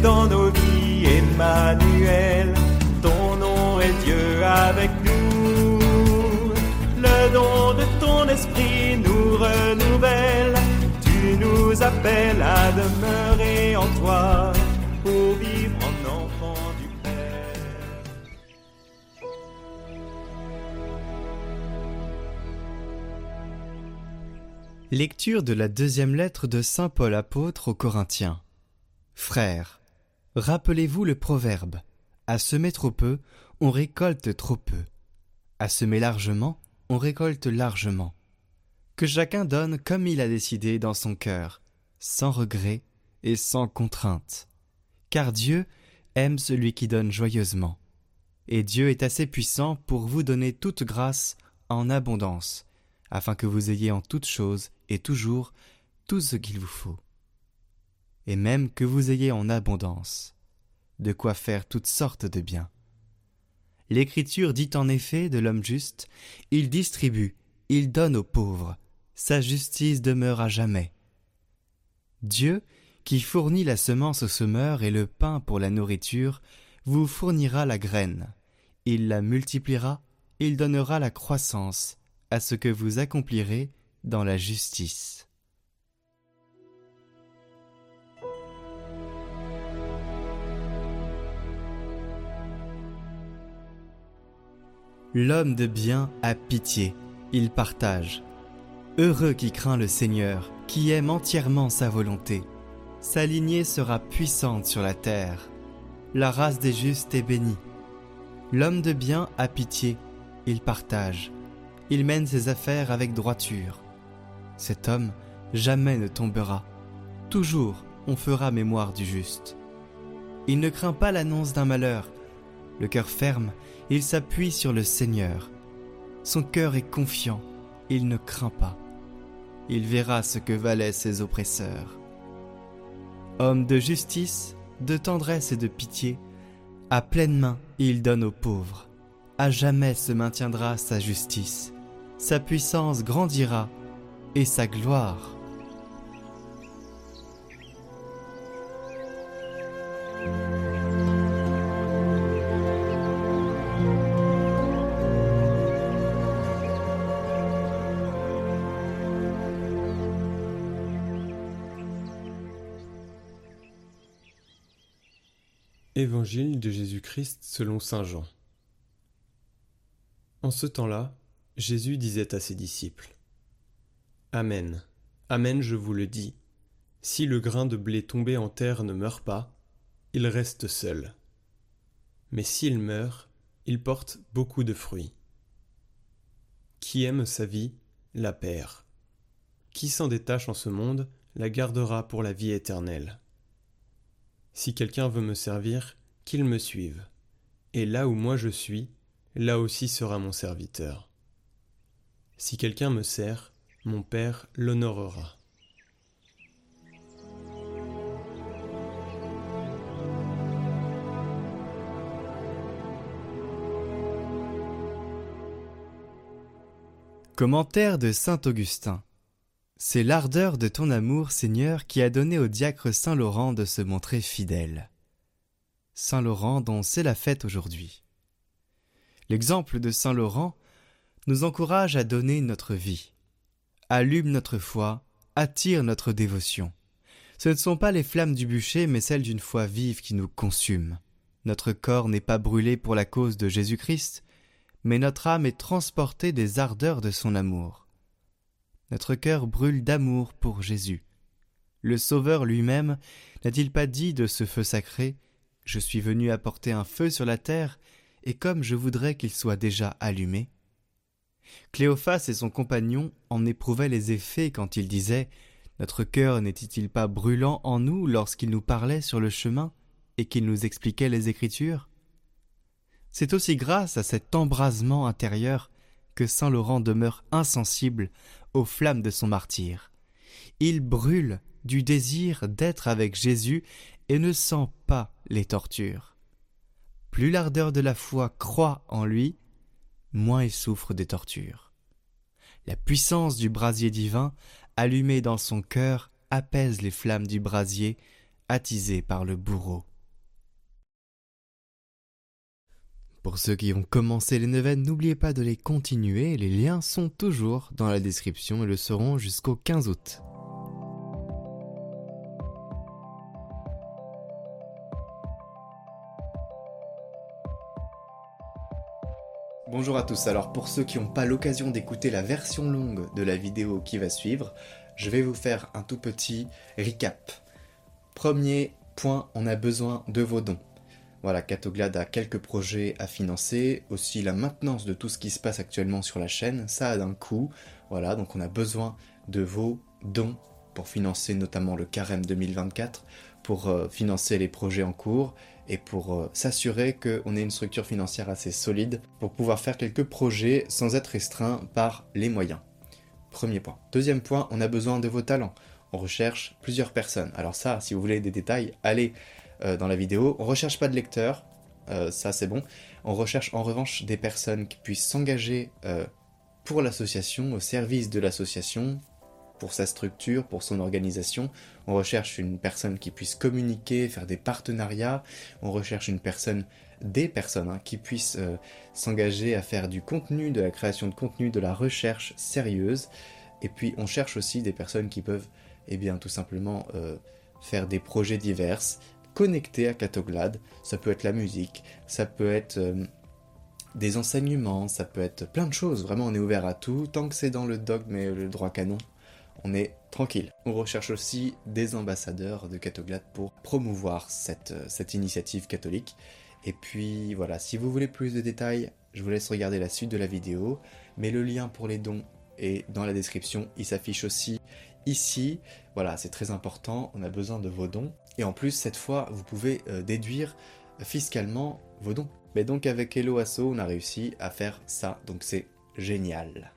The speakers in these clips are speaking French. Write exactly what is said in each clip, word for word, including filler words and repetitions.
dans nos vies, Emmanuel, ton nom est Dieu avec nous. Le don de ton esprit nous renouvelle, tu nous appelles à demeurer en toi, pour vivre en enfant du Père. Lecture de la deuxième lettre de saint Paul apôtre aux Corinthiens. Frères, rappelez-vous le proverbe, à semer trop peu, on récolte trop peu. À semer largement, on récolte largement. Que chacun donne comme il a décidé dans son cœur, sans regret et sans contrainte. Car Dieu aime celui qui donne joyeusement. Et Dieu est assez puissant pour vous donner toute grâce en abondance, afin que vous ayez en toutes choses et toujours tout ce qu'il vous faut. Et même que vous ayez en abondance, de quoi faire toutes sortes de biens. L'Écriture dit en effet de l'homme juste, il distribue, il donne aux pauvres, sa justice demeure à jamais. Dieu, qui fournit la semence au semeur et le pain pour la nourriture, vous fournira la graine. Il la multipliera, il donnera la croissance à ce que vous accomplirez dans la justice. L'homme de bien a pitié, il partage. Heureux qui craint le Seigneur, qui aime entièrement sa volonté. Sa lignée sera puissante sur la terre. La race des justes est bénie. L'homme de bien a pitié, il partage. Il mène ses affaires avec droiture. Cet homme jamais ne tombera. Toujours on fera mémoire du juste. Il ne craint pas l'annonce d'un malheur. Le cœur ferme, il s'appuie sur le Seigneur. Son cœur est confiant, il ne craint pas. Il verra ce que valaient ses oppresseurs. Homme de justice, de tendresse et de pitié, à pleine main il donne aux pauvres. À jamais se maintiendra sa justice. Sa puissance grandira et sa gloire. Évangile de Jésus-Christ selon saint Jean. En ce temps-là, Jésus disait à ses disciples : Amen, Amen, je vous le dis, si le grain de blé tombé en terre ne meurt pas, il reste seul. Mais s'il meurt, il porte beaucoup de fruits. Qui aime sa vie, la perd. Qui s'en détache en ce monde, la gardera pour la vie éternelle. Si quelqu'un veut me servir, qu'il me suive. Et là où moi je suis, là aussi sera mon serviteur. Si quelqu'un me sert, mon Père l'honorera. Commentaire de saint Augustin. C'est l'ardeur de ton amour, Seigneur, qui a donné au diacre saint Laurent de se montrer fidèle. Saint Laurent dont c'est la fête aujourd'hui. L'exemple de saint Laurent nous encourage à donner notre vie, allume notre foi, attire notre dévotion. Ce ne sont pas les flammes du bûcher, mais celles d'une foi vive qui nous consument. Notre corps n'est pas brûlé pour la cause de Jésus-Christ, mais notre âme est transportée des ardeurs de son amour. Notre cœur brûle d'amour pour Jésus. Le Sauveur lui-même n'a-t-il pas dit de ce feu sacré : « Je suis venu apporter un feu sur la terre, et comme je voudrais qu'il soit déjà allumé ». Cléophas et son compagnon en éprouvaient les effets quand il disait : « Notre cœur n'était-il pas brûlant en nous lorsqu'il nous parlait sur le chemin et qu'il nous expliquait les Écritures ?» C'est aussi grâce à cet embrasement intérieur que saint Laurent demeure insensible aux flammes de son martyre. Il brûle du désir d'être avec Jésus et ne sent pas les tortures. Plus l'ardeur de la foi croît en lui, moins il souffre des tortures. La puissance du brasier divin, allumé dans son cœur, apaise les flammes du brasier, attisé par le bourreau. Pour ceux qui ont commencé les neuvaines, n'oubliez pas de les continuer, les liens sont toujours dans la description et le seront jusqu'au quinze août. Bonjour à tous, alors pour ceux qui n'ont pas l'occasion d'écouter la version longue de la vidéo qui va suivre, je vais vous faire un tout petit recap. Premier point, on a besoin de vos dons. Voilà, Catoglade a quelques projets à financer, aussi la maintenance de tout ce qui se passe actuellement sur la chaîne, ça a un coût, voilà, donc on a besoin de vos dons pour financer notamment le carême deux mille vingt-quatre, pour euh, financer les projets en cours et pour euh, s'assurer qu'on ait une structure financière assez solide pour pouvoir faire quelques projets sans être restreint par les moyens. Premier point. Deuxième point, on a besoin de vos talents. On recherche plusieurs personnes. Alors ça, si vous voulez des détails, allez euh, dans la vidéo. On ne recherche pas de lecteurs, euh, ça c'est bon. On recherche en revanche des personnes qui puissent s'engager euh, pour l'association, au service de l'association, pour sa structure, pour son organisation. On recherche une personne qui puisse communiquer, faire des partenariats. On recherche une personne, des personnes hein, qui puissent euh, s'engager à faire du contenu, de la création de contenu, de la recherche sérieuse. Et puis on cherche aussi des personnes qui peuvent eh bien, tout simplement euh, faire des projets divers, connectés à Catoglade. Ça peut être la musique, ça peut être euh, des enseignements, ça peut être plein de choses. Vraiment, on est ouvert à tout. Tant que c'est dans le dogme et le droit canon, on est tranquille. On recherche aussi des ambassadeurs de Catoglade pour promouvoir cette, cette initiative catholique. Et puis voilà, si vous voulez plus de détails, je vous laisse regarder la suite de la vidéo. Mais le lien pour les dons est dans la description. Il s'affiche aussi ici. Voilà, c'est très important. On a besoin de vos dons. Et en plus, cette fois, vous pouvez euh, déduire fiscalement vos dons. Mais donc avec Hello Asso, on a réussi à faire ça. Donc c'est génial.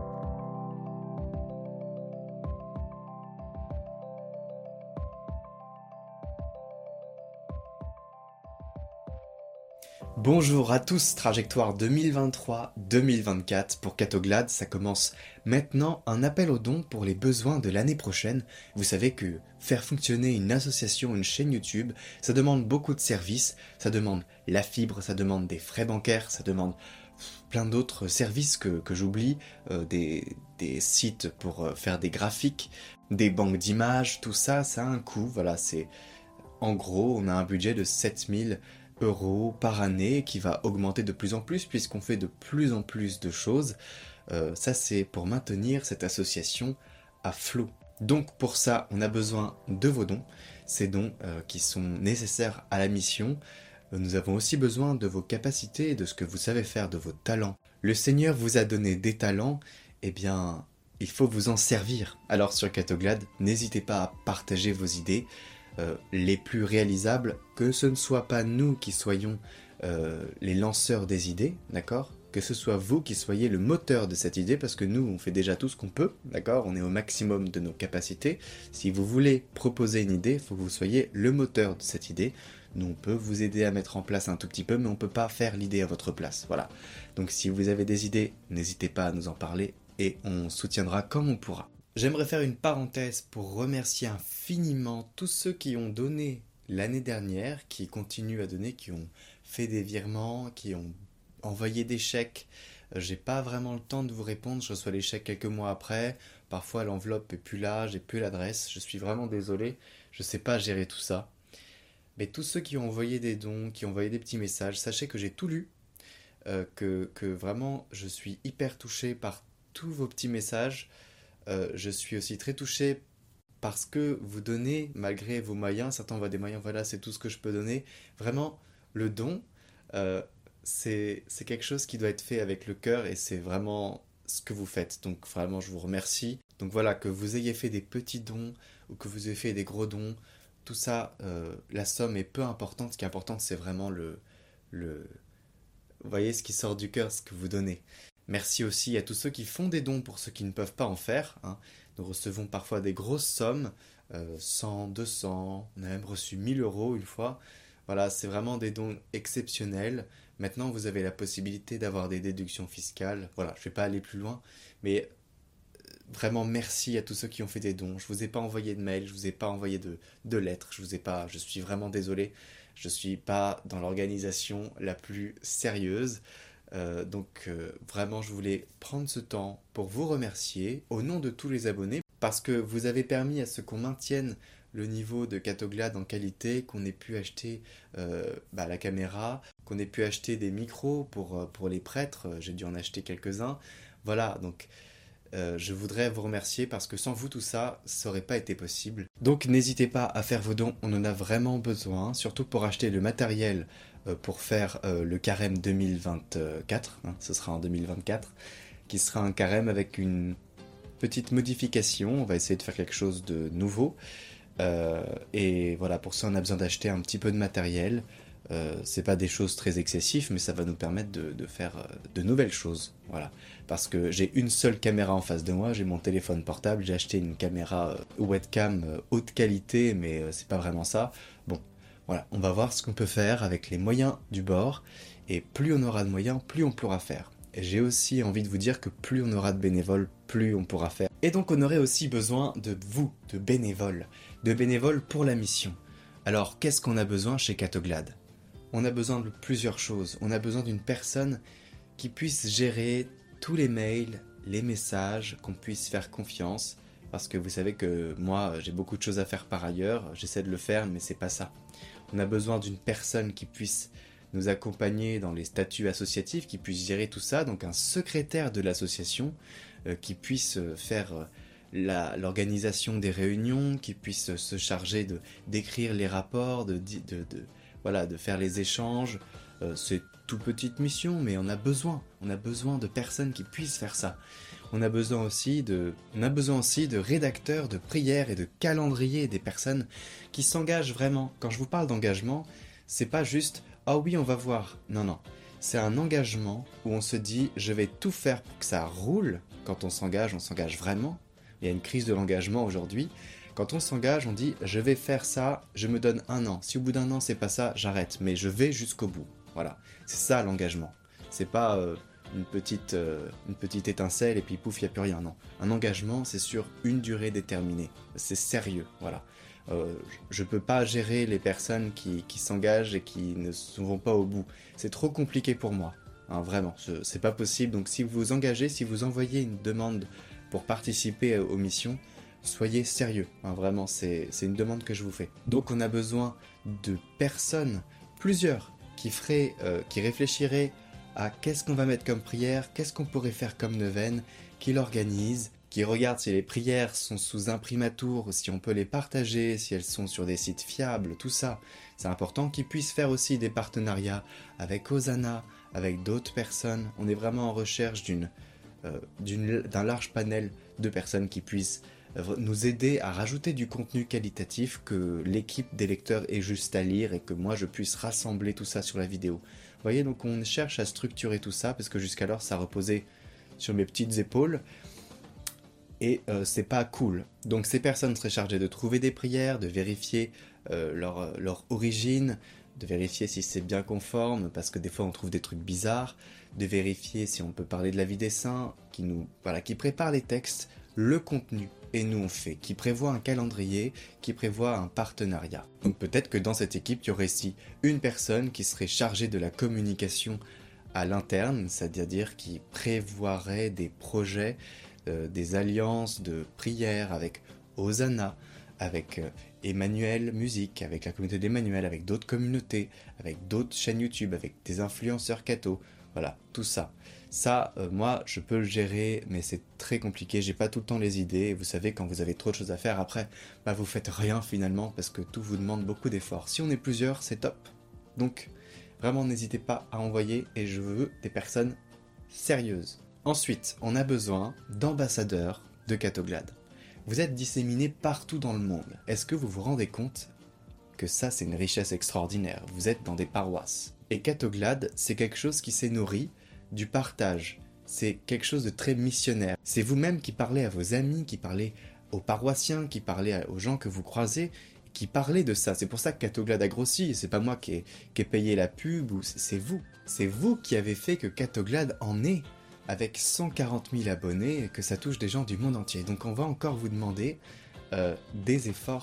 Bonjour à tous, trajectoire deux mille vingt-trois deux mille vingt-quatre pour Catoglade, ça commence maintenant un appel aux dons pour les besoins de l'année prochaine. Vous savez que faire fonctionner une association, une chaîne YouTube, ça demande beaucoup de services, ça demande la fibre, ça demande des frais bancaires, ça demande plein d'autres services que, que j'oublie, euh, des, des sites pour euh, faire des graphiques, des banques d'images, tout ça, ça a un coût, voilà, c'est... En gros, on a un budget de sept mille euros par année qui va augmenter de plus en plus puisqu'on fait de plus en plus de choses. Euh, ça c'est pour maintenir cette association à flot. Donc pour ça on a besoin de vos dons, ces dons euh, qui sont nécessaires à la mission. Euh, nous avons aussi besoin de vos capacités, de ce que vous savez faire, de vos talents. Le Seigneur vous a donné des talents, eh bien il faut vous en servir. Alors sur Catoglade, n'hésitez pas à partager vos idées, Euh, les plus réalisables, que ce ne soit pas nous qui soyons euh, les lanceurs des idées, d'accord ? Que ce soit vous qui soyez le moteur de cette idée, parce que nous, on fait déjà tout ce qu'on peut, d'accord ? On est au maximum de nos capacités. Si vous voulez proposer une idée, il faut que vous soyez le moteur de cette idée. Nous, on peut vous aider à mettre en place un tout petit peu, mais on ne peut pas faire l'idée à votre place, voilà. Donc si vous avez des idées, n'hésitez pas à nous en parler, et on soutiendra comme on pourra. J'aimerais faire une parenthèse pour remercier infiniment tous ceux qui ont donné l'année dernière, qui continuent à donner, qui ont fait des virements, qui ont envoyé des chèques. J'ai pas vraiment le temps de vous répondre, je reçois les chèques quelques mois après. Parfois l'enveloppe est plus là, j'ai plus l'adresse, je suis vraiment désolé, je sais pas gérer tout ça. Mais tous ceux qui ont envoyé des dons, qui ont envoyé des petits messages, sachez que j'ai tout lu, euh, que, que vraiment je suis hyper touché par tous vos petits messages. Euh, je suis aussi très touché parce que vous donnez malgré vos moyens. Certains envoient des moyens, voilà, c'est tout ce que je peux donner. Vraiment, le don, euh, c'est, c'est quelque chose qui doit être fait avec le cœur et c'est vraiment ce que vous faites. Donc vraiment, je vous remercie. Donc voilà, que vous ayez fait des petits dons ou que vous ayez fait des gros dons, tout ça, euh, la somme est peu importante. Ce qui est important, c'est vraiment le, le... Vous voyez, ce qui sort du cœur, ce que vous donnez. Merci aussi à tous ceux qui font des dons pour ceux qui ne peuvent pas en faire. Hein. Nous recevons parfois des grosses sommes, euh, cent, deux cents, on a même reçu mille euros une fois. Voilà, c'est vraiment des dons exceptionnels. Maintenant, vous avez la possibilité d'avoir des déductions fiscales. Voilà, je ne vais pas aller plus loin, mais vraiment merci à tous ceux qui ont fait des dons. Je ne vous ai pas envoyé de mail, je ne vous ai pas envoyé de, de lettres, je vous ai pas, je suis vraiment désolé. je suis pas dans l'organisation la plus sérieuse. Euh, donc euh, vraiment je voulais prendre ce temps pour vous remercier au nom de tous les abonnés parce que vous avez permis à ce qu'on maintienne le niveau de Catoglade en qualité, qu'on ait pu acheter euh, bah, la caméra, qu'on ait pu acheter des micros pour, pour les prêtres, j'ai dû en acheter quelques-uns. Voilà, donc euh, je voudrais vous remercier parce que sans vous tout ça, ça aurait pas été possible. Donc n'hésitez pas à faire vos dons, on en a vraiment besoin, surtout pour acheter le matériel euh, pour faire euh, le carême deux mille vingt-quatre, hein, ce sera en deux mille vingt-quatre, qui sera un carême avec une petite modification, on va essayer de faire quelque chose de nouveau. Euh, et voilà, pour ça on a besoin d'acheter un petit peu de matériel. Euh, c'est pas des choses très excessives, mais ça va nous permettre de, de faire euh, de nouvelles choses. Voilà, parce que j'ai une seule caméra en face de moi, j'ai mon téléphone portable, j'ai acheté une caméra euh, webcam euh, haute qualité, mais euh, c'est pas vraiment ça. Bon, voilà, on va voir ce qu'on peut faire avec les moyens du bord, et plus on aura de moyens, plus on pourra faire. Et j'ai aussi envie de vous dire que plus on aura de bénévoles, plus on pourra faire. Et donc on aurait aussi besoin de vous, de bénévoles, de bénévoles pour la mission. Alors qu'est-ce qu'on a besoin chez Catoglade ? On a besoin de plusieurs choses. On a besoin d'une personne qui puisse gérer tous les mails, les messages, qu'on puisse faire confiance. Parce que vous savez que moi, j'ai beaucoup de choses à faire par ailleurs. J'essaie de le faire, mais c'est pas ça. On a besoin d'une personne qui puisse nous accompagner dans les statuts associatifs, qui puisse gérer tout ça. Donc un secrétaire de l'association euh, qui puisse faire euh, la, l'organisation des réunions, qui puisse se charger de, d'écrire les rapports, de... de, de Voilà, de faire les échanges, euh, c'est toute petite mission, mais on a besoin, on a besoin de personnes qui puissent faire ça. On a besoin aussi de, on a besoin aussi de rédacteurs, de prières et de calendriers, des personnes qui s'engagent vraiment. Quand je vous parle d'engagement, c'est pas juste « ah oui, on va voir ». Non, non, c'est un engagement où on se dit « je vais tout faire pour que ça roule ». Quand on s'engage, on s'engage vraiment. Il y a une crise de l'engagement aujourd'hui. Quand on s'engage, on dit « je vais faire ça, je me donne un an. Si au bout d'un an, c'est pas ça, j'arrête. Mais je vais jusqu'au bout. » Voilà, c'est ça l'engagement. C'est pas euh, une, petite, euh, une petite étincelle et puis pouf, il n'y a plus rien. Non, un engagement, c'est sur une durée déterminée. C'est sérieux, voilà. Euh, je peux pas gérer les personnes qui, qui s'engagent et qui ne vont pas au bout. C'est trop compliqué pour moi, hein, vraiment. C'est pas possible. Donc si vous vous engagez, si vous envoyez une demande pour participer aux missions, soyez sérieux, hein, vraiment, c'est, c'est une demande que je vous fais. Donc on a besoin de personnes, plusieurs, qui feraient, euh, qui réfléchiraient à qu'est-ce qu'on va mettre comme prière, qu'est-ce qu'on pourrait faire comme neuvaine, qui l'organisent, qui regardent si les prières sont sous imprimatur, si on peut les partager, si elles sont sur des sites fiables, tout ça. C'est important qu'ils puissent faire aussi des partenariats avec Hosanna, avec d'autres personnes. On est vraiment en recherche d'une, euh, d'une, d'un large panel de personnes qui puissent nous aider à rajouter du contenu qualitatif que l'équipe des lecteurs ait juste à lire et que moi je puisse rassembler tout ça sur la vidéo. Vous voyez, donc on cherche à structurer tout ça parce que jusqu'alors ça reposait sur mes petites épaules et euh, c'est pas cool. Donc ces personnes seraient chargées de trouver des prières, de vérifier euh, leur, leur origine, de vérifier si c'est bien conforme parce que des fois on trouve des trucs bizarres, de vérifier si on peut parler de la vie des saints, qui nous, voilà, qui prépare les textes, le contenu. Et nous on fait, qui prévoit un calendrier, qui prévoit un partenariat. Donc peut-être que dans cette équipe, il y aurait ici une personne qui serait chargée de la communication à l'interne, c'est-à-dire qui prévoirait des projets, euh, des alliances de prière avec Hosanna, avec euh, Emmanuel Musique, avec la communauté d'Emmanuel, avec d'autres communautés, avec d'autres chaînes YouTube, avec des influenceurs catho, voilà, tout ça. Ça, euh, moi, je peux le gérer, mais c'est très compliqué, j'ai pas tout le temps les idées, et vous savez, quand vous avez trop de choses à faire, après, bah vous faites rien finalement, parce que tout vous demande beaucoup d'efforts. Si on est plusieurs, c'est top. Donc, vraiment, n'hésitez pas à envoyer, et je veux des personnes sérieuses. Ensuite, on a besoin d'ambassadeurs de Catoglade. Vous êtes disséminés partout dans le monde. Est-ce que vous vous rendez compte que ça, c'est une richesse extraordinaire? Vous êtes dans des paroisses. Et Catoglade, c'est quelque chose qui s'est nourri du partage. C'est quelque chose de très missionnaire. C'est vous-même qui parlez à vos amis, qui parlez aux paroissiens, qui parlez aux gens que vous croisez, qui parlez de ça. C'est pour ça que Catoglade a grossi. C'est pas moi qui ai, qui ai payé la pub, ou c'est vous. C'est vous qui avez fait que Catoglade en est, avec cent quarante mille abonnés, et que ça touche des gens du monde entier. Donc on va encore vous demander euh, des efforts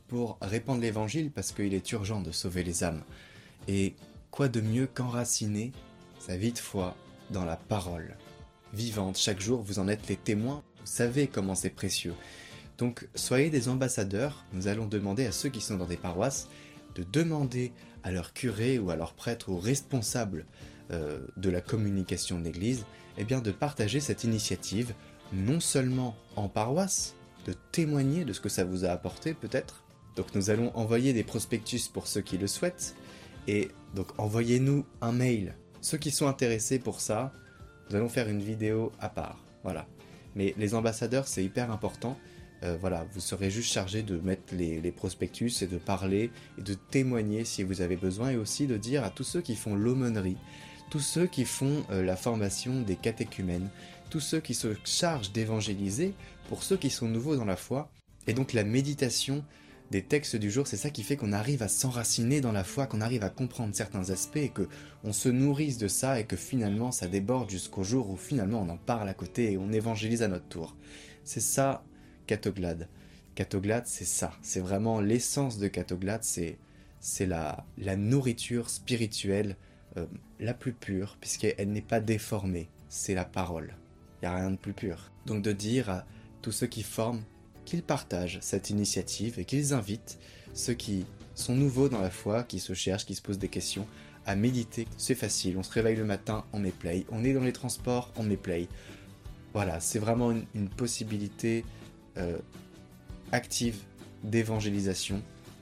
pour répandre l'évangile parce qu'il est urgent de sauver les âmes. Et quoi de mieux qu'enraciner sa vie de foi dans la parole vivante. Chaque jour, vous en êtes les témoins, vous savez comment c'est précieux. Donc, soyez des ambassadeurs. Nous allons demander à ceux qui sont dans des paroisses de demander à leur curé ou à leur prêtre ou responsable euh, de la communication de l'Église, eh bien, de partager cette initiative, non seulement en paroisse, de témoigner de ce que ça vous a apporté peut-être. Donc, nous allons envoyer des prospectus pour ceux qui le souhaitent, et donc envoyez-nous un mail. Ceux qui sont intéressés pour ça, nous allons faire une vidéo à part. Voilà. Mais les ambassadeurs, c'est hyper important. Euh, voilà, vous serez juste chargé de mettre les, les prospectus et de parler et de témoigner si vous avez besoin, et aussi de dire à tous ceux qui font l'aumônerie, tous ceux qui font euh, la formation des catéchumènes, tous ceux qui se chargent d'évangéliser pour ceux qui sont nouveaux dans la foi. Et donc la méditation des textes du jour, c'est ça qui fait qu'on arrive à s'enraciner dans la foi, qu'on arrive à comprendre certains aspects et qu'on se nourrisse de ça et que finalement ça déborde jusqu'au jour où finalement on en parle à côté et on évangélise à notre tour. C'est ça, Catoglade. Catoglade, c'est ça. C'est vraiment l'essence de Catoglade, c'est, c'est la, la nourriture spirituelle euh, la plus pure, puisqu'elle n'est pas déformée. C'est la parole. Il n'y a rien de plus pur. Donc de dire à tous ceux qui forment qu'ils partagent cette initiative et qu'ils invitent ceux qui sont nouveaux dans la foi, qui se cherchent, qui se posent des questions, à méditer. C'est facile, on se réveille le matin, on met play, on est dans les transports, on met play. Voilà, c'est vraiment une, une possibilité euh, active d'évangélisation,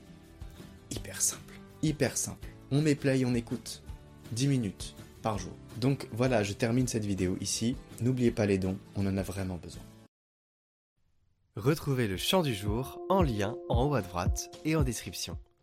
hyper simple, hyper simple. On met play, on écoute, dix minutes par jour. Donc voilà, je termine cette vidéo ici. N'oubliez pas les dons, on en a vraiment besoin. Retrouvez le chant du jour en lien en haut à droite et en description.